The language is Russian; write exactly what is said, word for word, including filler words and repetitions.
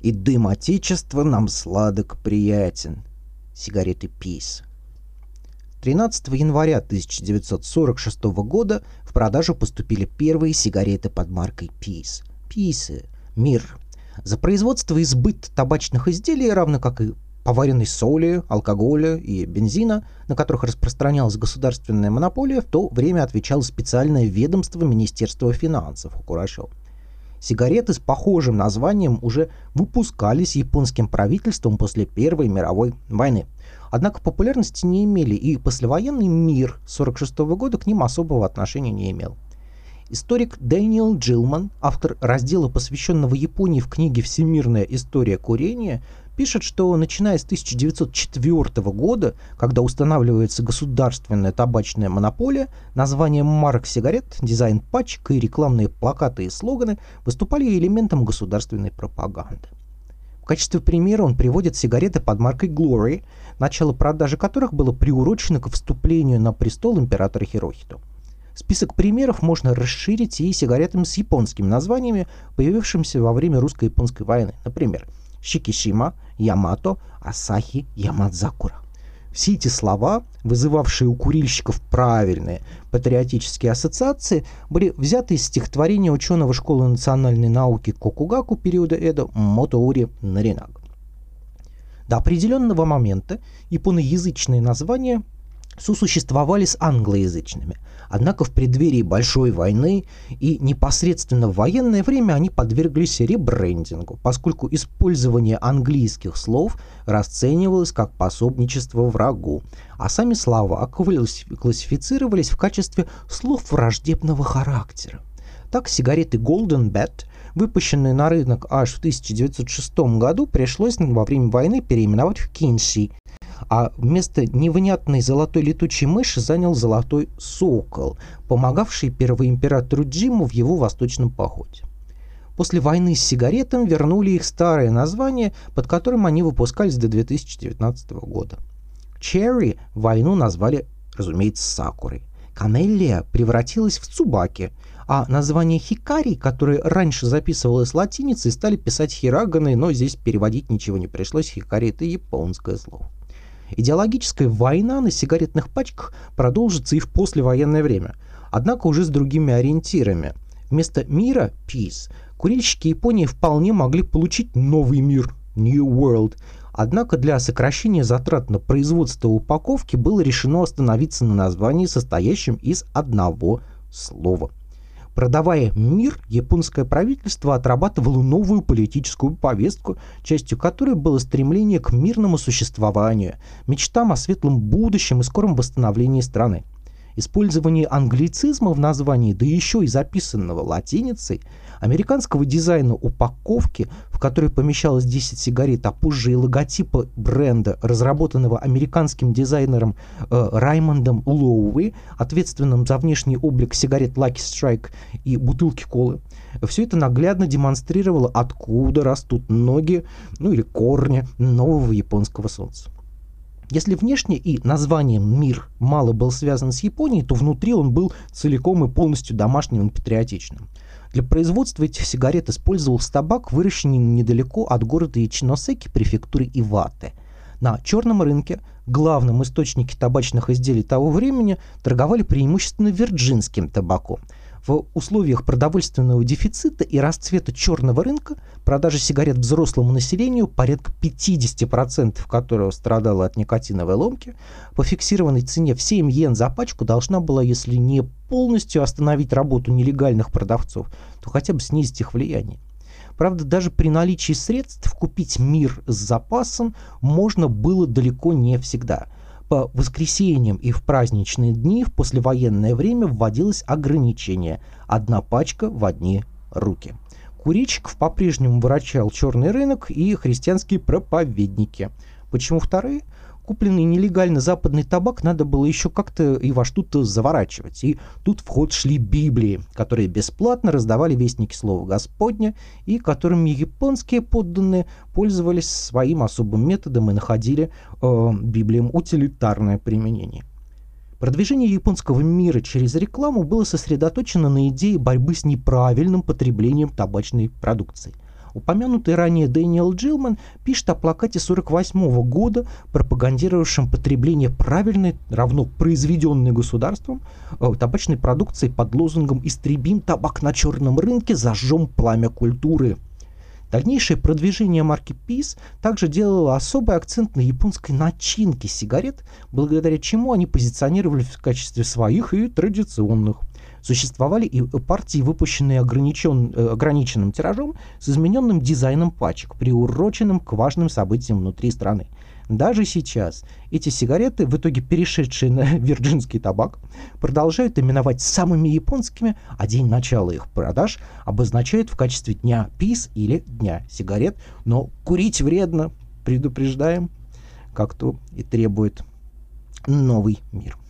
и дым отечества нам сладок приятен. Сигареты Peace. тринадцатого января тысяча девятьсот сорок шестого года в продажу поступили первые сигареты под маркой Peace. Peace – мир. За производство и сбыт табачных изделий, равно как и поваренной соли, алкоголя и бензина, на которых распространялась государственная монополия, в то время отвечало специальное ведомство Министерства финансов Курашо. Сигареты с похожим названием уже выпускались японским правительством после Первой мировой войны. Однако популярности не имели, и послевоенный мир тысяча девятьсот сорок шестого года к ним особого отношения не имел. Историк Дэниел Джилман, автор раздела, посвященного Японии в книге «Всемирная история курения», пишет, что начиная с тысяча девятьсот четвёртого года, когда устанавливается государственная табачная монополия, названия марок сигарет, дизайн пачек и рекламные плакаты и слоганы выступали элементом государственной пропаганды. В качестве примера он приводит сигареты под маркой Glory, начало продажи которых было приурочено к вступлению на престол императора Хирохито. Список примеров можно расширить и сигаретами с японскими названиями, появившимися во время русско-японской войны. Например, Шикишима, Ямато, Асахи, Ямадзакура. Все эти слова, вызывавшие у курильщиков правильные патриотические ассоциации, были взяты из стихотворения ученого школы национальной науки Кокугаку периода Эдо Мотоури Наринага. До определенного момента японоязычные названия сосуществовали с англоязычными. Однако в преддверии Большой войны и непосредственно в военное время они подверглись ребрендингу, поскольку использование английских слов расценивалось как пособничество врагу, а сами слова классифицировались в качестве слов враждебного характера. Так сигареты Golden Bat, выпущенные на рынок аж в тысяча девятьсот шестом году, пришлось во время войны переименовать в Кинси, а вместо невнятной золотой летучей мыши занял золотой сокол, помогавший первоимператору Джиму в его восточном походе. После войны с сигаретами вернули их старое название, под которым они выпускались до две тысячи девятнадцатого года. Cherry войну назвали, разумеется, сакурой. Канеллия превратилась в цубаки, а название хикари, которое раньше записывалось латиницей, стали писать хираганой, но здесь переводить ничего не пришлось, хикари — это японское слово. Идеологическая война на сигаретных пачках продолжится и в послевоенное время, однако уже с другими ориентирами. Вместо мира, peace, курильщики Японии вполне могли получить новый мир, New World, однако для сокращения затрат на производство упаковки было решено остановиться на названии, состоящем из одного слова. Продавая мир, японское правительство отрабатывало новую политическую повестку, частью которой было стремление к мирному существованию, мечтам о светлом будущем и скором восстановлении страны. Использование англицизма в названии, да еще и записанного латиницей, американского дизайна упаковки, в которой помещалось десять сигарет, а позже и логотипа бренда, разработанного американским дизайнером э, Раймондом Лоуи, ответственным за внешний облик сигарет Lucky Strike и бутылки колы, все это наглядно демонстрировало, откуда растут ноги, ну или корни нового японского солнца. Если внешне и названием «мир» мало был связан с Японией, то внутри он был целиком и полностью домашним и патриотичным. Для производства этих сигарет использовался табак, выращенный недалеко от города Ичиносеки префектуры Ивате. На черном рынке, главном источнике табачных изделий того времени, торговали преимущественно вирджинским табаком. В условиях продовольственного дефицита и расцвета черного рынка продажа сигарет взрослому населению, порядка пятьдесят процентов которого страдало от никотиновой ломки, по фиксированной цене в семь йен за пачку должна была, если не полностью остановить работу нелегальных продавцов, то хотя бы снизить их влияние. Правда, даже при наличии средств купить мир с запасом можно было далеко не всегда. По воскресеньям и в праздничные дни в послевоенное время вводилось ограничение – одна пачка в одни руки. Курильщиков по-прежнему выручал черный рынок и христианские проповедники. Почему вторые? Купленный нелегально западный табак надо было еще как-то и во что-то заворачивать. И тут в ход шли Библии, которые бесплатно раздавали вестники Слова Господня, и которыми японские подданные пользовались своим особым методом и находили э, Библиям утилитарное применение. Продвижение японского мира через рекламу было сосредоточено на идее борьбы с неправильным потреблением табачной продукции. Упомянутый ранее Дэниел Джилман пишет о плакате сорок восьмого года, пропагандировавшем потребление правильной, равно произведенной государством, э, табачной продукции под лозунгом «Истребим табак на черном рынке, зажжем пламя культуры». Дальнейшее продвижение марки Peace также делало особый акцент на японской начинке сигарет, благодаря чему они позиционировались в качестве своих и традиционных. Существовали и партии, выпущенные ограничен, ограниченным тиражом с измененным дизайном пачек, приуроченным к важным событиям внутри страны. Даже сейчас эти сигареты, в итоге перешедшие на вирджинский табак, продолжают именовать самыми японскими, а день начала их продаж обозначают в качестве дня Peace или дня сигарет. Но курить вредно, предупреждаем, как то и требует новый мир.